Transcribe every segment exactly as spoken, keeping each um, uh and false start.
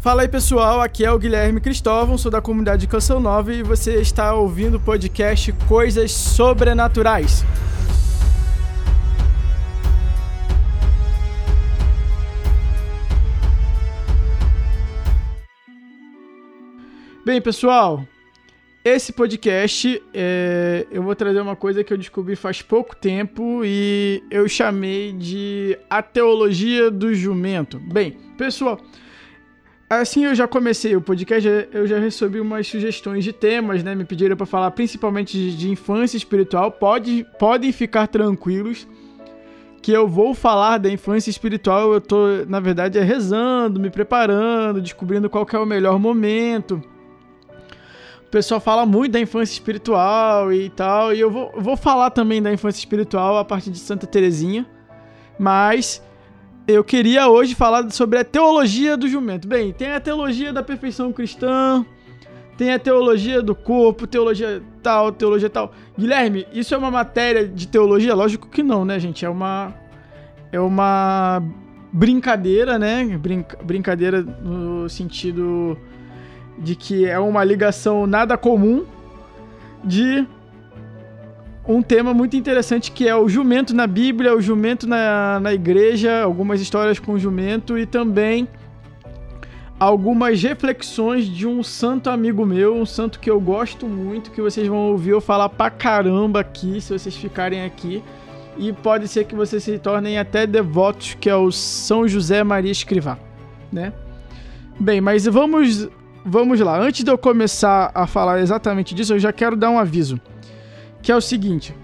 Fala aí pessoal, aqui é o Guilherme Cristóvão, sou da comunidade Canção Nova e você está ouvindo o podcast Coisas Sobrenaturais. Bem pessoal, esse podcast é, eu vou trazer uma coisa que eu descobri faz pouco tempo e eu chamei de A Teologia do Jumento. Bem, pessoal, assim eu já comecei o podcast, eu já recebi umas sugestões de temas, né? Me pediram para falar principalmente de, de infância espiritual. Pode, podem ficar tranquilos que eu vou falar da infância espiritual. Eu tô, na verdade, é rezando, me preparando, descobrindo qual que é o melhor momento. O pessoal fala muito da infância espiritual e tal, e eu vou, eu vou falar também da infância espiritual a partir de Santa Teresinha, mas eu queria hoje falar sobre a teologia do jumento. Bem, tem a teologia da perfeição cristã, tem a teologia do corpo, teologia tal, teologia tal. Guilherme, isso é uma matéria de teologia? Lógico que não, né, gente? É uma, é uma brincadeira, né? Brinca, brincadeira no sentido de que é uma ligação nada comum de um tema muito interessante que é o jumento na Bíblia, o jumento na, na igreja, algumas histórias com o jumento e também algumas reflexões de um santo amigo meu, um santo que eu gosto muito, que vocês vão ouvir eu falar pra caramba aqui, se vocês ficarem aqui, e pode ser que vocês se tornem até devotos, que é o São José Maria Escrivá, né? Bem, mas vamos, vamos lá. Antes de eu começar a falar exatamente disso, eu já quero dar um aviso, que é o seguinte: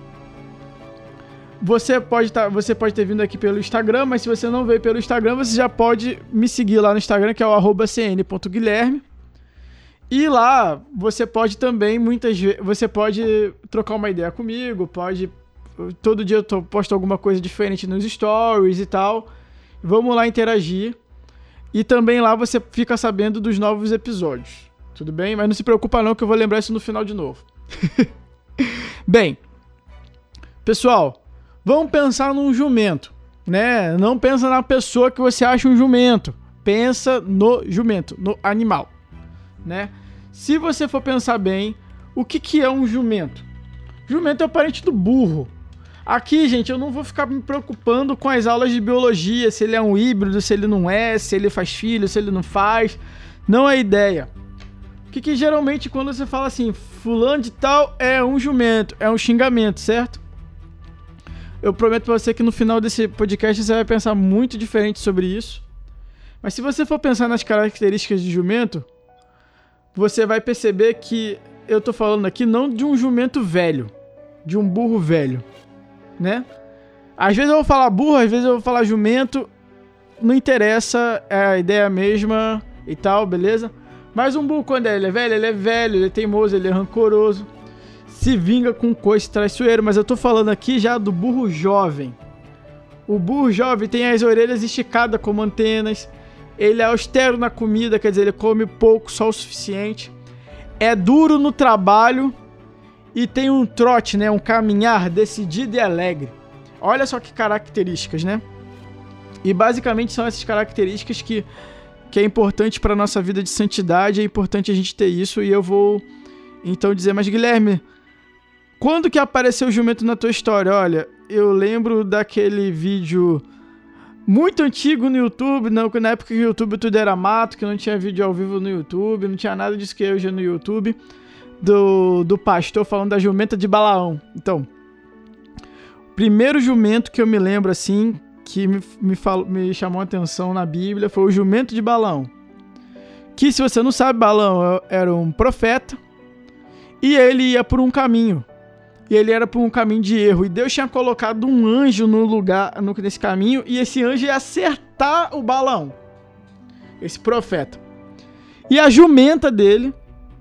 você pode, tá, você pode ter vindo aqui pelo Instagram, mas se você não veio pelo Instagram, você já pode me seguir lá no Instagram, que é o arroba cn ponto guilherme. E lá você pode também, muitas vezes, você pode trocar uma ideia comigo, pode... Todo dia eu tô, posto alguma coisa diferente nos stories e tal. Vamos lá interagir. E também lá você fica sabendo dos novos episódios. Tudo bem? Mas não se preocupa não, que eu vou lembrar isso no final de novo. Bem, pessoal, vamos pensar num jumento, né? Não pensa na pessoa que você acha um jumento. Pensa no jumento, no animal, né? Se você for pensar bem, o que, que é um jumento? Jumento é o parente do burro. Aqui, gente, eu não vou ficar me preocupando com as aulas de biologia, se ele é um híbrido, se ele não é, se ele faz filho, se ele não faz. Não é ideia. O que, que geralmente quando você fala assim, fulano de tal é um jumento, é um xingamento, certo? Eu prometo pra você que no final desse podcast você vai pensar muito diferente sobre isso. Mas se você for pensar nas características de jumento, você vai perceber que eu tô falando aqui não de um jumento velho, de um burro velho, né? Às vezes eu vou falar burro, às vezes eu vou falar jumento, não interessa, é a ideia mesma e tal, beleza? Mas um burro, quando ele é velho, ele é velho, ele é teimoso, ele é rancoroso, se vinga com coice traiçoeiro. Mas eu tô falando aqui já do burro jovem. O burro jovem tem as orelhas esticadas como antenas, ele é austero na comida, quer dizer, ele come pouco, só o suficiente, é duro no trabalho e tem um trote, né, um caminhar decidido e alegre. Olha só que características, né? E basicamente são essas características que que é importante para a nossa vida de santidade, é importante a gente ter isso, e eu vou então dizer, mas Guilherme, quando que apareceu o jumento na tua história? Olha, eu lembro daquele vídeo muito antigo no YouTube, não, na época que o YouTube tudo era mato, que não tinha vídeo ao vivo no YouTube, não tinha nada disso que é hoje no YouTube, do, do pastor falando da jumenta de Balaão. Então, primeiro jumento que eu me lembro assim, que me, me, falou, me chamou a atenção na Bíblia foi o jumento de Balaão. Que, se você não sabe, Balaão era um profeta e ele ia por um caminho. E ele era por um caminho de erro. E Deus tinha colocado um anjo no lugar, no, nesse caminho, e esse anjo ia acertar o Balaão, esse profeta. E a jumenta dele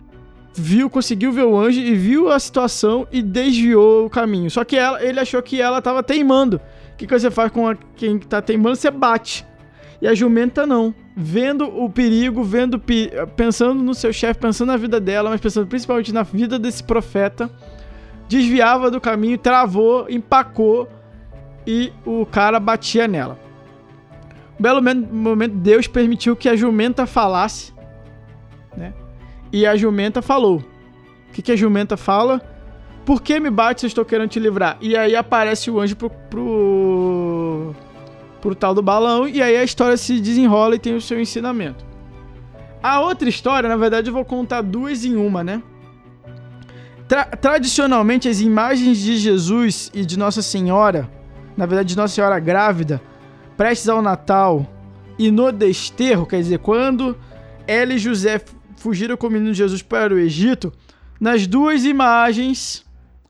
viu, conseguiu ver o anjo e viu a situação e desviou o caminho. Só que ela, ele achou que ela estava teimando. O que, que você faz com a, quem está teimando? Você bate. E a jumenta não. Vendo o perigo, vendo, pensando no seu chefe, pensando na vida dela, mas pensando principalmente na vida desse profeta, desviava do caminho, travou, empacou e o cara batia nela. belo momento, Deus permitiu que a jumenta falasse, né? E a jumenta falou. O que, que a jumenta fala? Por que me bate se eu estou querendo te livrar? E aí aparece o anjo pro, pro, pro tal do Balaão, e aí a história se desenrola e tem o seu ensinamento. A outra história, na verdade, eu vou contar duas em uma, né? Tra- tradicionalmente, as imagens de Jesus e de Nossa Senhora, na verdade, de Nossa Senhora grávida, prestes ao Natal e no desterro, quer dizer, quando ela e José fugiram com o menino Jesus para o Egito, nas duas imagens,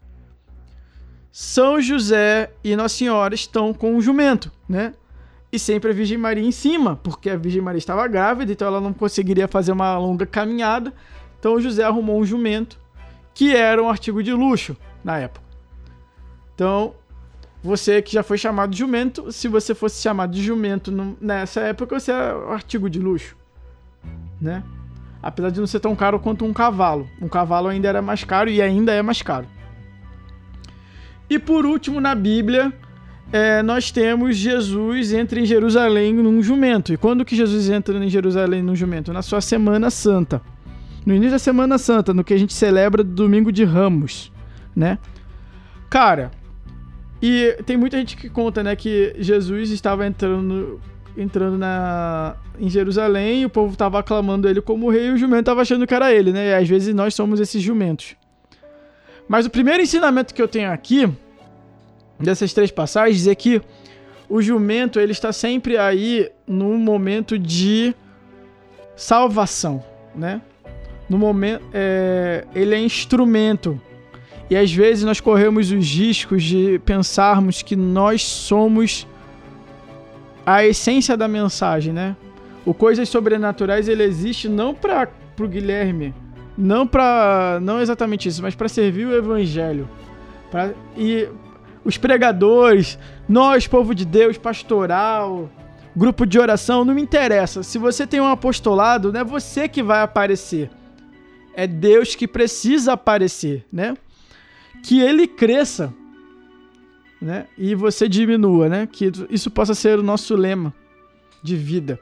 São José e Nossa Senhora estão com um jumento, né? E sempre a Virgem Maria em cima, porque a Virgem Maria estava grávida, então ela não conseguiria fazer uma longa caminhada. Então o José arrumou um jumento, que era um artigo de luxo na época. Então, você que já foi chamado de jumento, se você fosse chamado de jumento no, nessa época, você era um artigo de luxo, né? Apesar de não ser tão caro quanto um cavalo. Um cavalo ainda era mais caro e ainda é mais caro. E por último, na Bíblia, é, nós temos Jesus entra em Jerusalém num jumento. E quando que Jesus entra em Jerusalém num jumento? Na sua Semana Santa. No início da Semana Santa, no que a gente celebra do Domingo de Ramos, né? Cara, e tem muita gente que conta, né, que Jesus estava entrando, entrando na, em Jerusalém e o povo estava aclamando ele como rei e o jumento estava achando que era ele, né? E às vezes nós somos esses jumentos. Mas o primeiro ensinamento que eu tenho aqui, dessas três passagens, é que o jumento ele está sempre aí num momento de salvação, né? No momento, é, ele é instrumento. E às vezes nós corremos os riscos de pensarmos que nós somos a essência da mensagem, né? O Coisas Sobrenaturais ele existe não para o Guilherme, não para não exatamente isso, mas para servir o Evangelho. Pra, e os pregadores, nós, povo de Deus, pastoral, grupo de oração, não me interessa. Se você tem um apostolado, não é você que vai aparecer. É Deus que precisa aparecer, né? Que ele cresça, né? E você diminua, né? Que isso possa ser o nosso lema de vida.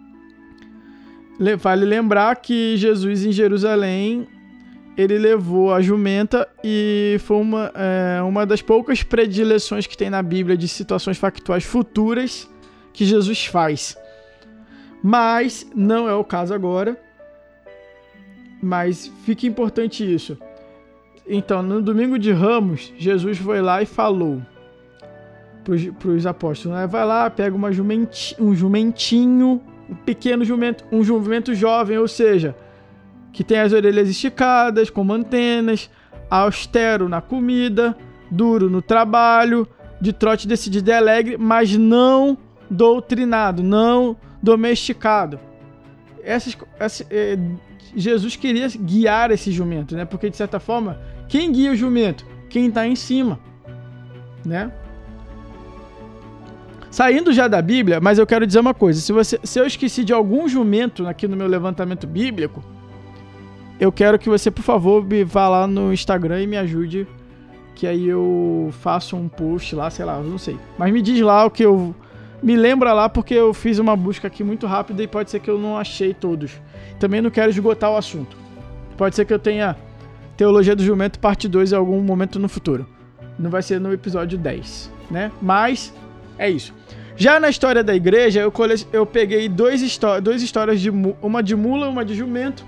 Vale lembrar que Jesus em Jerusalém, ele levou a jumenta e foi uma, é, uma das poucas predileções que tem na Bíblia de situações factuais futuras que Jesus faz. Mas não é o caso agora. Mas fica importante isso. Então, no domingo de Ramos, Jesus foi lá e falou para os apóstolos, né? Vai lá, pega uma jumenti, um jumentinho, um pequeno jumento, um jumento jovem, ou seja, que tem as orelhas esticadas, com antenas, austero na comida, duro no trabalho, de trote decidido e alegre, mas não doutrinado, não domesticado. Essas, essa, é, Jesus queria guiar esse jumento, né? Porque de certa forma, quem guia o jumento? Quem está em cima, né? Saindo já da Bíblia, mas eu quero dizer uma coisa, se, você, se eu esqueci de algum jumento aqui no meu levantamento bíblico, eu quero que você, por favor, me vá lá no Instagram e me ajude, que aí eu faço um post lá, sei lá, eu não sei. Mas me diz lá o que eu... Me lembra lá, porque eu fiz uma busca aqui muito rápida e pode ser que eu não achei todos. Também não quero esgotar o assunto. Pode ser que eu tenha Teologia do Jumento parte dois em algum momento no futuro. Não vai ser no episódio dez, né? Mas é isso. Já na história da igreja, eu, cole... eu peguei dois, histó... duas histórias, de mu... uma de mula e uma de jumento.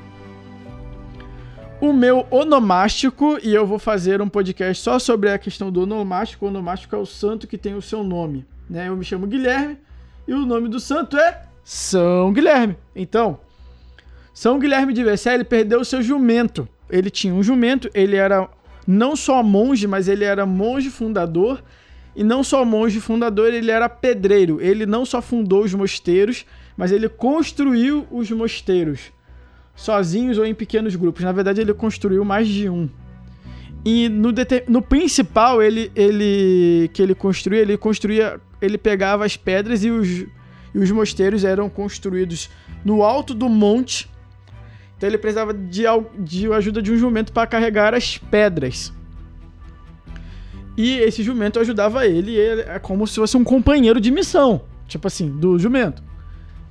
O meu onomástico, e eu vou fazer um podcast só sobre a questão do onomástico. O onomástico é o santo que tem o seu nome, né? Eu me chamo Guilherme e o nome do santo é São Guilherme. Então, São Guilherme de Vercelli perdeu o seu jumento. Ele tinha um jumento, ele era não só monge, mas ele era monge fundador. E não só monge fundador, ele era pedreiro. Ele não só fundou os mosteiros, mas ele construiu os mosteiros. Sozinhos ou em pequenos grupos. Na verdade, ele construiu mais de um. E no, no principal ele, ele, que ele construía, ele construía, ele pegava as pedras e os, e os mosteiros eram construídos no alto do monte. Então ele precisava de, de ajuda de um jumento para carregar as pedras. E esse jumento ajudava ele, ele é como se fosse um companheiro de missão, tipo assim, do jumento.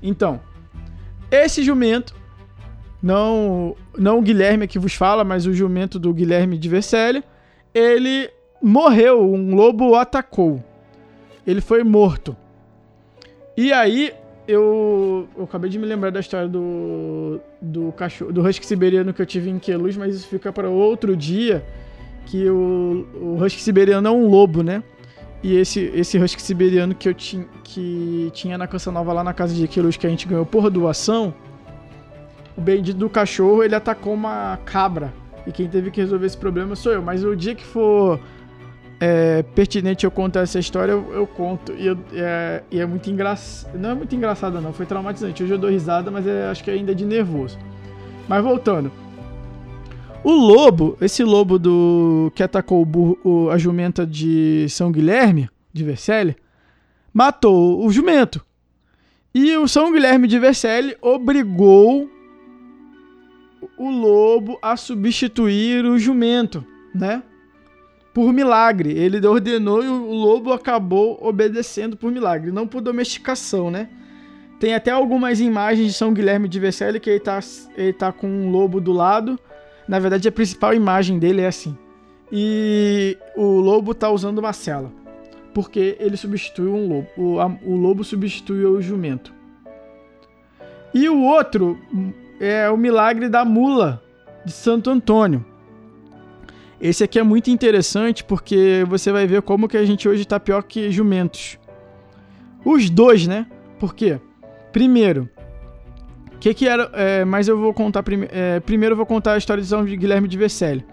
Então, esse jumento, não, não o Guilherme que vos fala, mas o jumento do Guilherme de Vercelli, ele morreu, um lobo o atacou. Ele foi morto. E aí, eu, eu acabei de me lembrar da história do, do cachorro, do husky siberiano que eu tive em Queluz, mas isso fica para outro dia, que o, o husky siberiano é um lobo, né? E esse, esse husky siberiano que eu tinha, que tinha na Canção Nova lá na casa de Queluz, que a gente ganhou por doação, o bendito do cachorro, ele atacou uma cabra. E quem teve que resolver esse problema sou eu. Mas o dia que for é, pertinente eu contar essa história, eu, eu conto. E, eu, é, e é muito engraçado. Não é muito engraçado, não. Foi traumatizante. Hoje eu dou risada, mas é, acho que ainda é de nervoso. Mas voltando. O lobo, esse lobo do que atacou o burro, o, a jumenta de São Guilherme, de Vercelli, matou o jumento. E o São Guilherme de Vercelli obrigou o lobo a substituir o jumento, né? Por milagre. Ele ordenou e o lobo acabou obedecendo por milagre, não por domesticação, né? Tem até algumas imagens de São Guilherme de Vercelli que ele tá, ele tá com um lobo do lado. Na verdade, a principal imagem dele é assim. E o lobo tá usando uma sela, porque ele substituiu um lobo. O, a, o lobo substituiu o jumento. E o outro é o milagre da mula de Santo Antônio. Esse aqui é muito interessante porque você vai ver como que a gente hoje está pior que jumentos. Os dois, né? Por quê? Primeiro, o que que era... É, mas eu vou contar... Prime, é, primeiro eu vou contar a história de São Guilherme de Vercelli.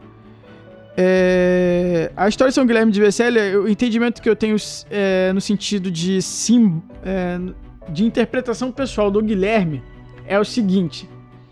É, a história de São Guilherme de Vercelli, o entendimento que eu tenho é, no sentido de, sim, é, de interpretação pessoal do Guilherme é o seguinte: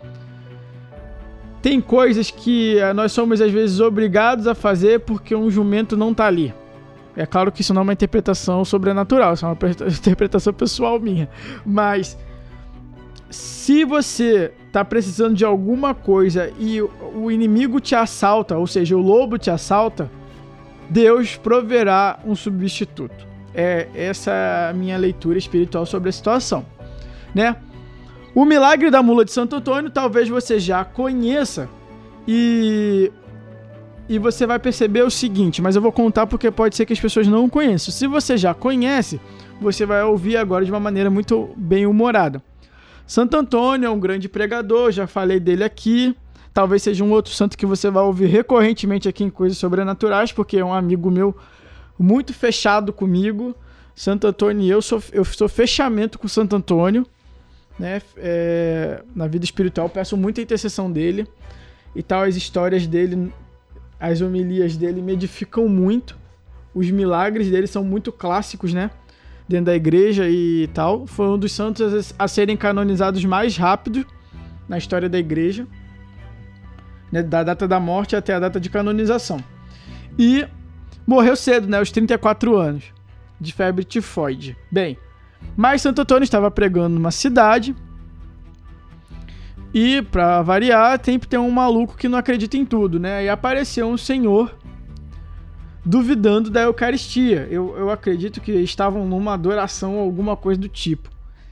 tem coisas que nós somos às vezes obrigados a fazer porque um jumento não tá ali. É claro que isso não é uma interpretação sobrenatural, isso é uma interpretação pessoal minha. Mas se você tá precisando de alguma coisa e o inimigo te assalta, ou seja, o lobo te assalta, Deus proverá um substituto. É essa é a minha leitura espiritual sobre a situação, né? O milagre da mula de Santo Antônio talvez você já conheça e, e você vai perceber o seguinte, mas eu vou contar porque pode ser que as pessoas não conheçam. Se você já conhece, você vai ouvir agora de uma maneira muito bem humorada. Santo Antônio é um grande pregador, já falei dele aqui. Talvez seja um outro santo que você vai ouvir recorrentemente aqui em Coisas Sobrenaturais, porque é um amigo meu muito fechado comigo. Santo Antônio e eu sou, eu sou fechamento com Santo Antônio. Né? É, na vida espiritual, peço muita intercessão dele e tal. As histórias dele, as homilias dele me edificam muito. Os milagres dele são muito clássicos, né? Dentro da igreja e tal. Foi um dos santos a serem canonizados mais rápido na história da igreja, né? Da data da morte até a data de canonização. E morreu cedo, né? Aos trinta e quatro anos, de febre tifoide. Bem, mas Santo Antônio estava pregando numa cidade e, pra variar, sempre tem um maluco que não acredita em tudo, né? E apareceu um senhor duvidando da Eucaristia. Eu, eu acredito que estavam numa adoração ou alguma coisa do tipo.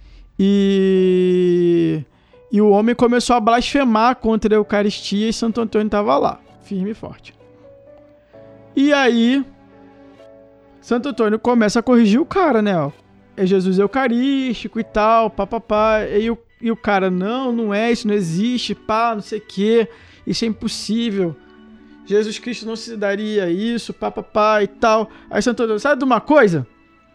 E, e o homem começou a blasfemar contra a Eucaristia e Santo Antônio estava lá, firme e forte. E aí, Santo Antônio começa a corrigir o cara, né? Ó. É Jesus Eucarístico e tal, papapá. E o, e o cara, não, não é, isso não existe, pá, não sei o quê, isso é impossível. Jesus Cristo não se daria isso, papapá e tal. Aí Santo Antônio, sabe de uma coisa?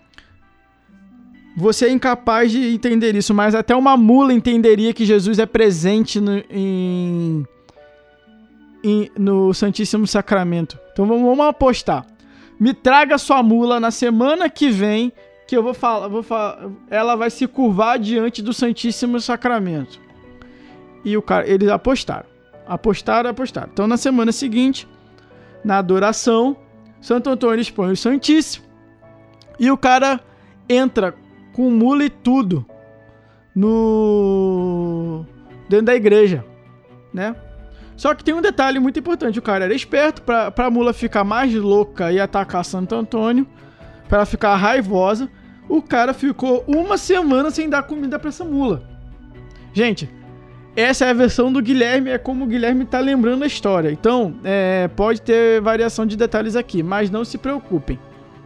Você é incapaz de entender isso, mas até uma mula entenderia que Jesus é presente no, em, em, no Santíssimo Sacramento. Então vamos, vamos apostar. Me traga sua mula na semana que vem, que eu vou falar, vou falar, ela vai se curvar diante do Santíssimo Sacramento. E o cara, eles apostaram. Apostaram, apostaram. Então, na semana seguinte, na adoração, Santo Antônio expõe o Santíssimo e o cara entra com mula e tudo no dentro da igreja, né? Só que tem um detalhe muito importante. O cara era esperto para a mula ficar mais louca e atacar Santo Antônio, para ela ficar raivosa. o cara ficou uma semana sem dar comida pra essa mula. Gente, essa é a versão do Guilherme, é como o Guilherme tá lembrando a história. Então, é, pode ter variação de detalhes aqui, mas não se preocupem.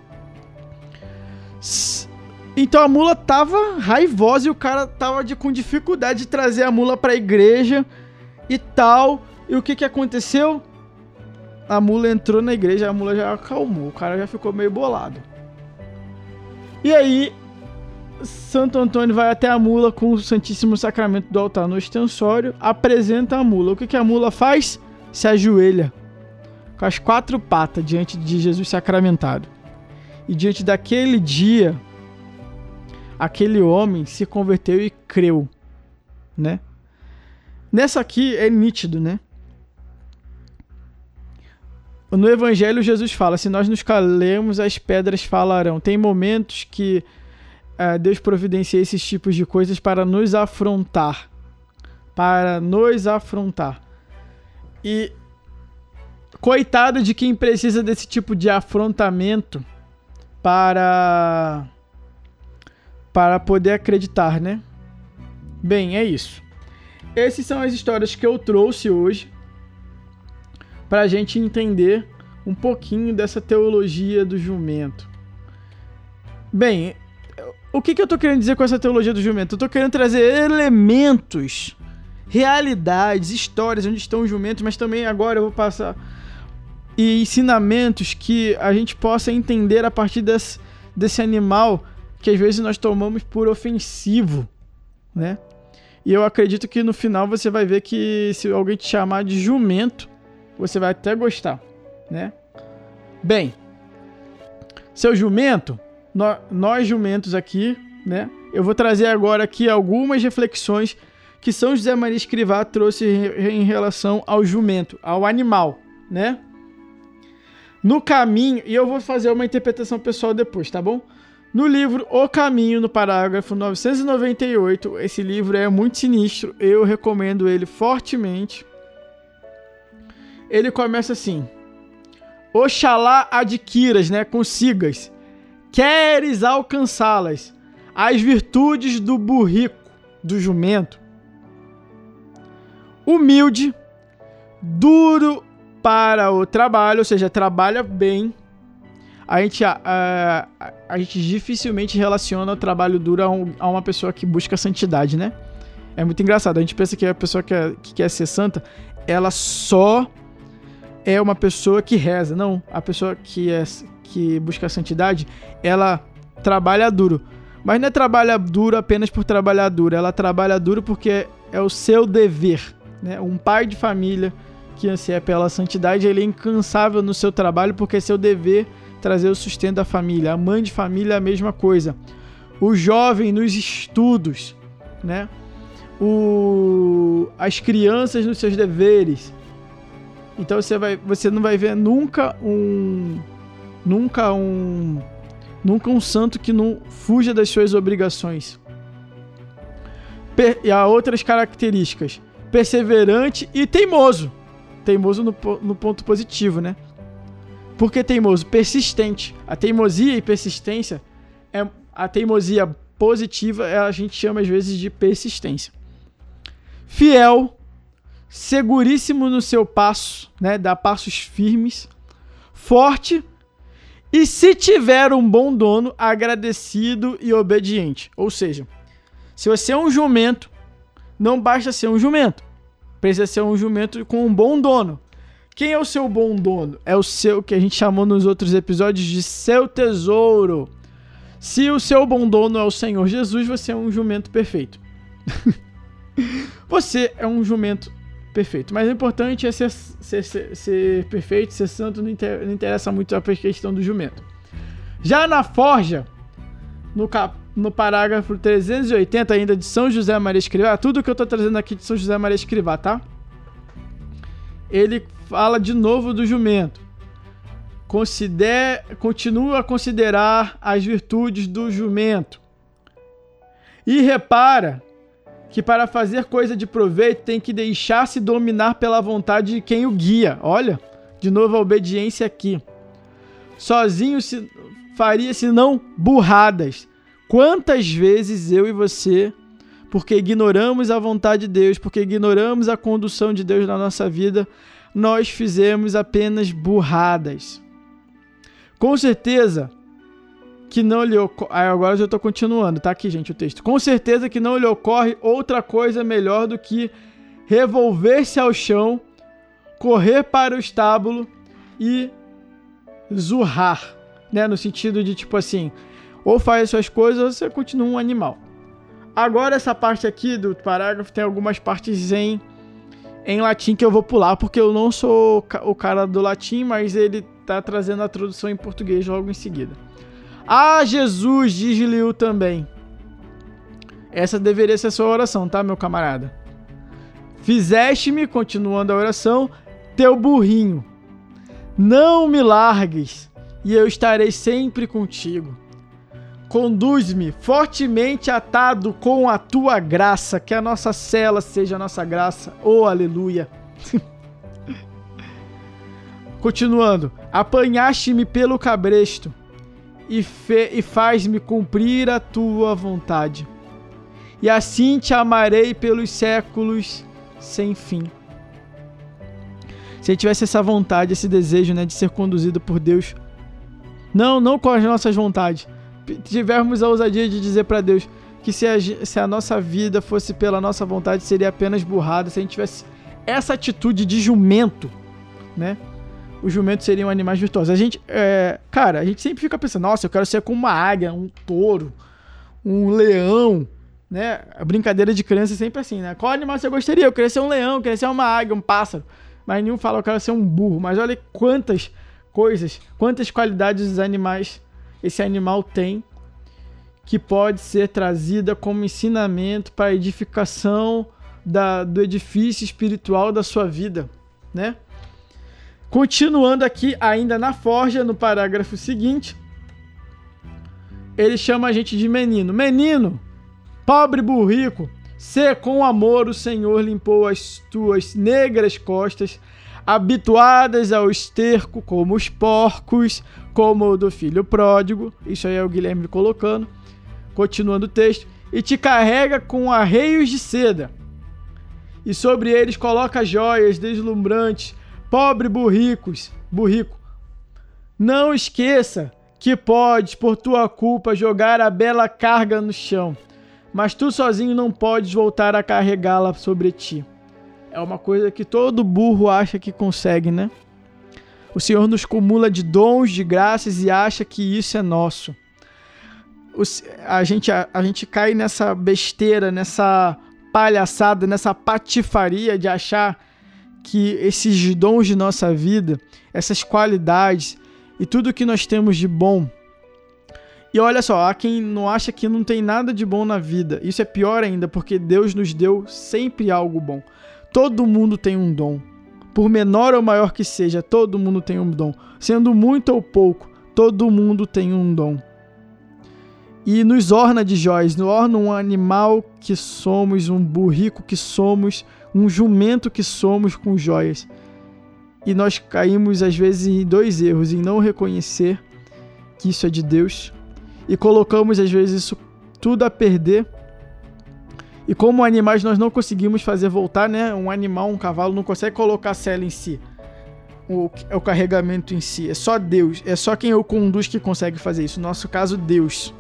Então a mula tava raivosa e o cara tava de, com dificuldade de trazer a mula pra igreja e tal. E o que que aconteceu? A mula entrou na igreja, a mula já acalmou, o cara já ficou meio bolado. E aí, Santo Antônio vai até a mula com o Santíssimo Sacramento do altar no ostensório, apresenta a mula. O que que a mula faz? Se ajoelha com as quatro patas diante de Jesus sacramentado. E diante daquele dia, aquele homem se converteu e creu, né? Nessa aqui é nítido, né? No Evangelho, Jesus fala, se nós nos calemos, as pedras falarão. Tem momentos que uh, Deus providencia esses tipos de coisas para nos afrontar. Para nos afrontar. E coitado de quem precisa desse tipo de afrontamento para, para poder acreditar, né? Bem, é isso. Essas são as histórias que eu trouxe hoje para a gente entender um pouquinho dessa teologia do jumento. Bem, o que, que eu estou querendo dizer com essa teologia do jumento? Eu estou querendo trazer elementos, realidades, histórias onde estão os jumentos, mas também agora eu vou passar e ensinamentos que a gente possa entender a partir desse, desse animal que às vezes nós tomamos por ofensivo, né? E eu acredito que no final você vai ver que se alguém te chamar de jumento, você vai até gostar, né? Bem, seu jumento, nós, nós jumentos aqui, né? Eu vou trazer agora aqui algumas reflexões que São José Maria Escrivá trouxe em relação ao jumento, ao animal, né? No caminho, e eu vou fazer uma interpretação pessoal depois, tá bom? No livro O Caminho, no parágrafo novecentos e noventa e oito, esse livro é muito sinistro, eu recomendo ele fortemente. Ele começa assim: Oxalá adquiras, né, consigas, queres alcançá-las, as virtudes do burrico, do jumento, humilde, duro para o trabalho, ou seja, trabalha bem. A gente, a, a, a gente dificilmente relaciona o trabalho duro a, um, a uma pessoa que busca santidade, né? É muito engraçado, a gente pensa que a pessoa que, é, que quer ser santa, ela só é uma pessoa que reza. Não, a pessoa que, é, que busca a santidade, ela trabalha duro. Mas não é trabalha duro apenas por trabalhar duro, ela trabalha duro porque é o seu dever, né? Um pai de família que anseia pela santidade, ele é incansável no seu trabalho porque é seu dever trazer o sustento da família. A mãe de família é a mesma coisa. O jovem nos estudos, né? O, as crianças nos seus deveres. Então você, vai, você não vai ver nunca um, nunca um, nunca um santo que não fuja das suas obrigações. Per, e há outras características: perseverante e teimoso. Teimoso no, no ponto positivo, né? Por que teimoso? Persistente. A teimosia e persistência, é, a teimosia positiva a gente chama às vezes de persistência. Fiel, seguríssimo no seu passo, né? Dá passos firmes, forte e, se tiver um bom dono, agradecido e obediente. Ou seja, se você é um jumento, não basta ser um jumento, precisa ser um jumento com um bom dono. Quem é o seu bom dono? É o seu, que a gente chamou nos outros episódios de seu tesouro. Se o seu bom dono é o Senhor Jesus, você é um jumento perfeito. Você é um jumento perfeito. Mas o importante é ser, ser, ser, ser perfeito, ser santo, não, inter, não interessa muito a questão do jumento. Já na forja, no, cap, no parágrafo trezentos e oitenta ainda de São José Maria Escrivá, tudo que eu estou trazendo aqui de São José Maria Escrivá, tá? Ele fala de novo do jumento. Considera, continua a considerar as virtudes do jumento. E repara que para fazer coisa de proveito tem que deixar-se dominar pela vontade de quem o guia. Olha, de novo a obediência aqui. Sozinho se faria senão burradas. Quantas vezes eu e você, porque ignoramos a vontade de Deus, porque ignoramos a condução de Deus na nossa vida, nós fizemos apenas burradas. Com certeza que não lhe ocorre... Ah, agora eu já estou continuando, tá aqui, gente, o texto. Com certeza que não lhe ocorre outra coisa melhor do que revolver-se ao chão, correr para o estábulo e zurrar, né? No sentido de, tipo assim, ou faz as suas coisas ou você continua um animal. Agora essa parte aqui do parágrafo tem algumas partes em, em latim que eu vou pular, porque eu não sou o cara do latim, mas ele está trazendo a tradução em português logo em seguida. Ah, Jesus, diz-lhe também. Essa deveria ser a sua oração, tá, meu camarada? Fizeste-me, continuando a oração, teu burrinho. Não me largues, e eu estarei sempre contigo. Conduz-me fortemente atado com a tua graça, que a nossa cela seja a nossa graça. Oh, aleluia. Continuando. Apanhaste-me pelo cabresto e, fe- e faz-me cumprir a tua vontade. E assim te amarei pelos séculos sem fim. Se a gente tivesse essa vontade, esse desejo, né, de ser conduzido por Deus, não, não com as nossas vontades, tivermos a ousadia de dizer para Deus que se a, se a nossa vida fosse pela nossa vontade, seria apenas burrada. Se a gente tivesse essa atitude de jumento, né, os jumentos seriam animais virtuosos. A gente, é, cara, a gente sempre fica pensando, nossa, eu quero ser como uma águia, um touro, um leão, né? A brincadeira de criança é sempre assim, né? Qual animal você gostaria? Eu queria ser um leão, eu queria ser uma águia, um pássaro. Mas nenhum fala, eu quero ser um burro. Mas olha quantas coisas, quantas qualidades os animais, esse animal tem, que pode ser trazida como ensinamento para a edificação da, do edifício espiritual da sua vida, né? Continuando aqui, ainda na forja, no parágrafo seguinte, ele chama a gente de menino. Menino, pobre burrico, se com amor o Senhor limpou as tuas negras costas, habituadas ao esterco como os porcos, como o do filho pródigo. Isso aí é o Guilherme colocando. Continuando o texto. E te carrega com arreios de seda, e sobre eles coloca joias deslumbrantes. Pobre burricos, burrico, não esqueça que podes, por tua culpa, jogar a bela carga no chão, mas tu sozinho não podes voltar a carregá-la sobre ti. É uma coisa que todo burro acha que consegue, né? O Senhor nos cumula de dons, de graças e acha que isso é nosso. O, a, gente, a, a gente cai nessa besteira, nessa palhaçada, nessa patifaria de achar que esses dons de nossa vida, essas qualidades e tudo que nós temos de bom. E olha só, há quem não acha que não tem nada de bom na vida. Isso é pior ainda, porque Deus nos deu sempre algo bom. Todo mundo tem um dom. Por menor ou maior que seja, todo mundo tem um dom. Sendo muito ou pouco, todo mundo tem um dom. E nos orna de joias, nos orna um animal que somos, um burrico que somos, um jumento que somos com joias. E nós caímos às vezes em dois erros, em não reconhecer que isso é de Deus, e colocamos às vezes isso tudo a perder. E como animais nós não conseguimos fazer voltar, né? Um animal, um cavalo não consegue colocar a sela em si, o, o carregamento em si. É só Deus, é só quem o conduz que consegue fazer isso. No nosso caso, Deus.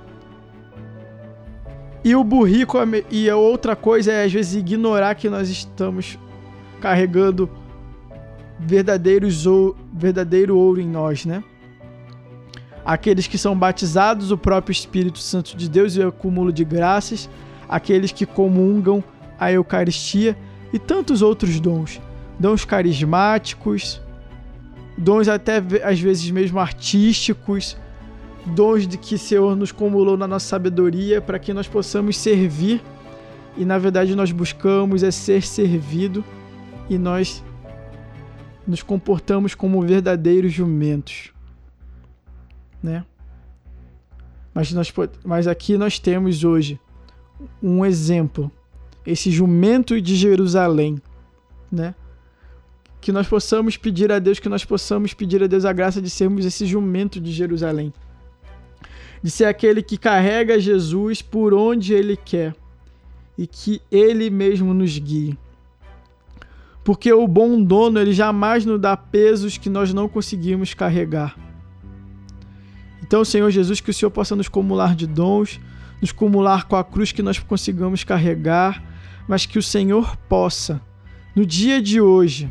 E o burrico, e a outra coisa é às vezes ignorar que nós estamos carregando verdadeiros ou, verdadeiro ouro em nós, né? Aqueles que são batizados, o próprio Espírito Santo de Deus e o acúmulo de graças, aqueles que comungam a Eucaristia e tantos outros dons, dons carismáticos, dons até às vezes mesmo artísticos, dons de que o Senhor nos cumulou na nossa sabedoria para que nós possamos servir, e na verdade nós buscamos é ser servido, e nós nos comportamos como verdadeiros jumentos, né? Mas, nós, mas aqui nós temos hoje um exemplo, esse jumento de Jerusalém, né? Que nós possamos pedir a Deus, que nós possamos pedir a Deus a graça de sermos esse jumento de Jerusalém. de ser aquele que carrega Jesus por onde Ele quer e que Ele mesmo nos guie. Porque o bom dono, ele jamais nos dá pesos que nós não conseguimos carregar. Então, Senhor Jesus, que o Senhor possa nos cumular de dons, nos cumular com a cruz que nós consigamos carregar, mas que o Senhor possa, no dia de hoje,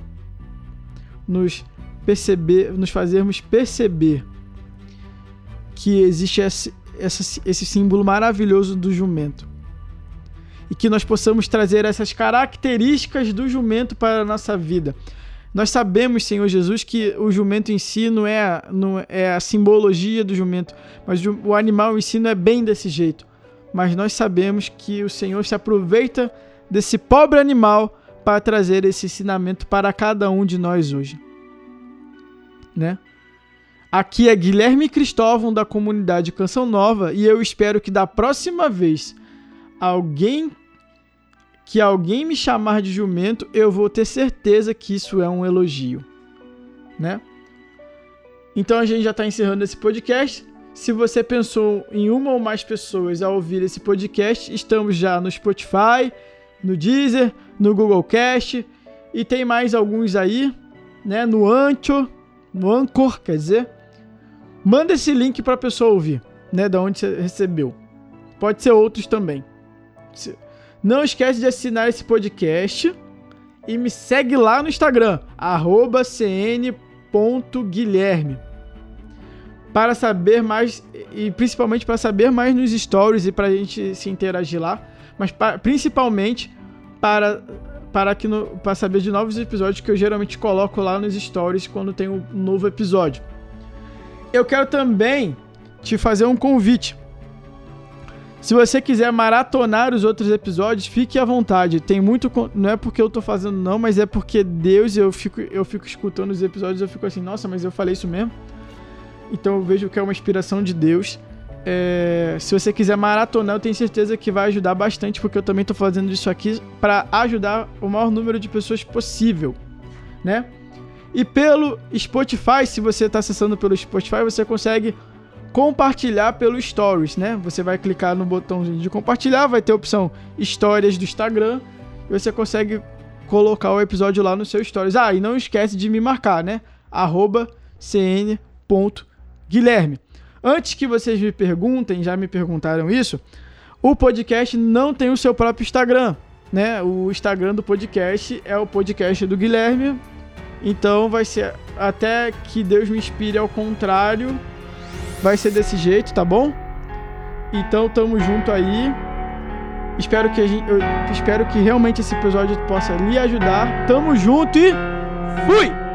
nos perceber, nos fazermos perceber que existe esse, esse, esse símbolo maravilhoso do jumento. E que nós possamos trazer essas características do jumento para a nossa vida. Nós sabemos, Senhor Jesus, que o jumento em si não é, não é a simbologia do jumento, mas o animal em si não é bem desse jeito. Mas nós sabemos que o Senhor se aproveita desse pobre animal para trazer esse ensinamento para cada um de nós hoje. Né? Aqui é Guilherme Cristóvão da comunidade Canção Nova e eu espero que da próxima vez alguém que alguém me chamar de jumento, eu vou ter certeza que isso é um elogio, né? Então a gente já está encerrando esse podcast. Se você pensou em uma ou mais pessoas a ouvir esse podcast, estamos já no Spotify, no Deezer, no Google Cast e tem mais alguns aí, né? No Anchor, no Anchor, quer dizer. Manda esse link para a pessoa ouvir, né? Da onde você recebeu. Pode ser outros também. Não esquece de assinar esse podcast e me segue lá no Instagram, arroba c n ponto guilherme, para saber mais e principalmente para saber mais nos stories e para a gente se interagir lá, mas pra, principalmente para, para, que no, para saber de novos episódios que eu geralmente coloco lá nos stories quando tem um novo episódio. Eu quero também te fazer um convite. Se você quiser maratonar os outros episódios, fique à vontade. Tem muito... Não é porque eu tô fazendo não, mas é porque Deus, eu fico, eu fico escutando os episódios e eu fico assim, nossa, mas eu falei isso mesmo? Então eu vejo que é uma inspiração de Deus. É, se você quiser maratonar, eu tenho certeza que vai ajudar bastante, porque eu também tô fazendo isso aqui para ajudar o maior número de pessoas possível, né? E pelo Spotify, se você está acessando pelo Spotify, você consegue compartilhar pelo Stories, né? Você vai clicar no botãozinho de compartilhar, vai ter a opção Histórias do Instagram e você consegue colocar o episódio lá no seu Stories. Ah, e não esquece de me marcar, né? arroba c n ponto guilherme. Antes que vocês me perguntem, já me perguntaram isso, o podcast não tem o seu próprio Instagram, né? O Instagram do podcast é o podcast do Guilherme, então vai ser até que Deus me inspire ao contrário. Vai ser desse jeito, tá bom? Então tamo junto aí. Espero que a gente, eu espero que realmente esse episódio possa lhe ajudar. Tamo junto e fui!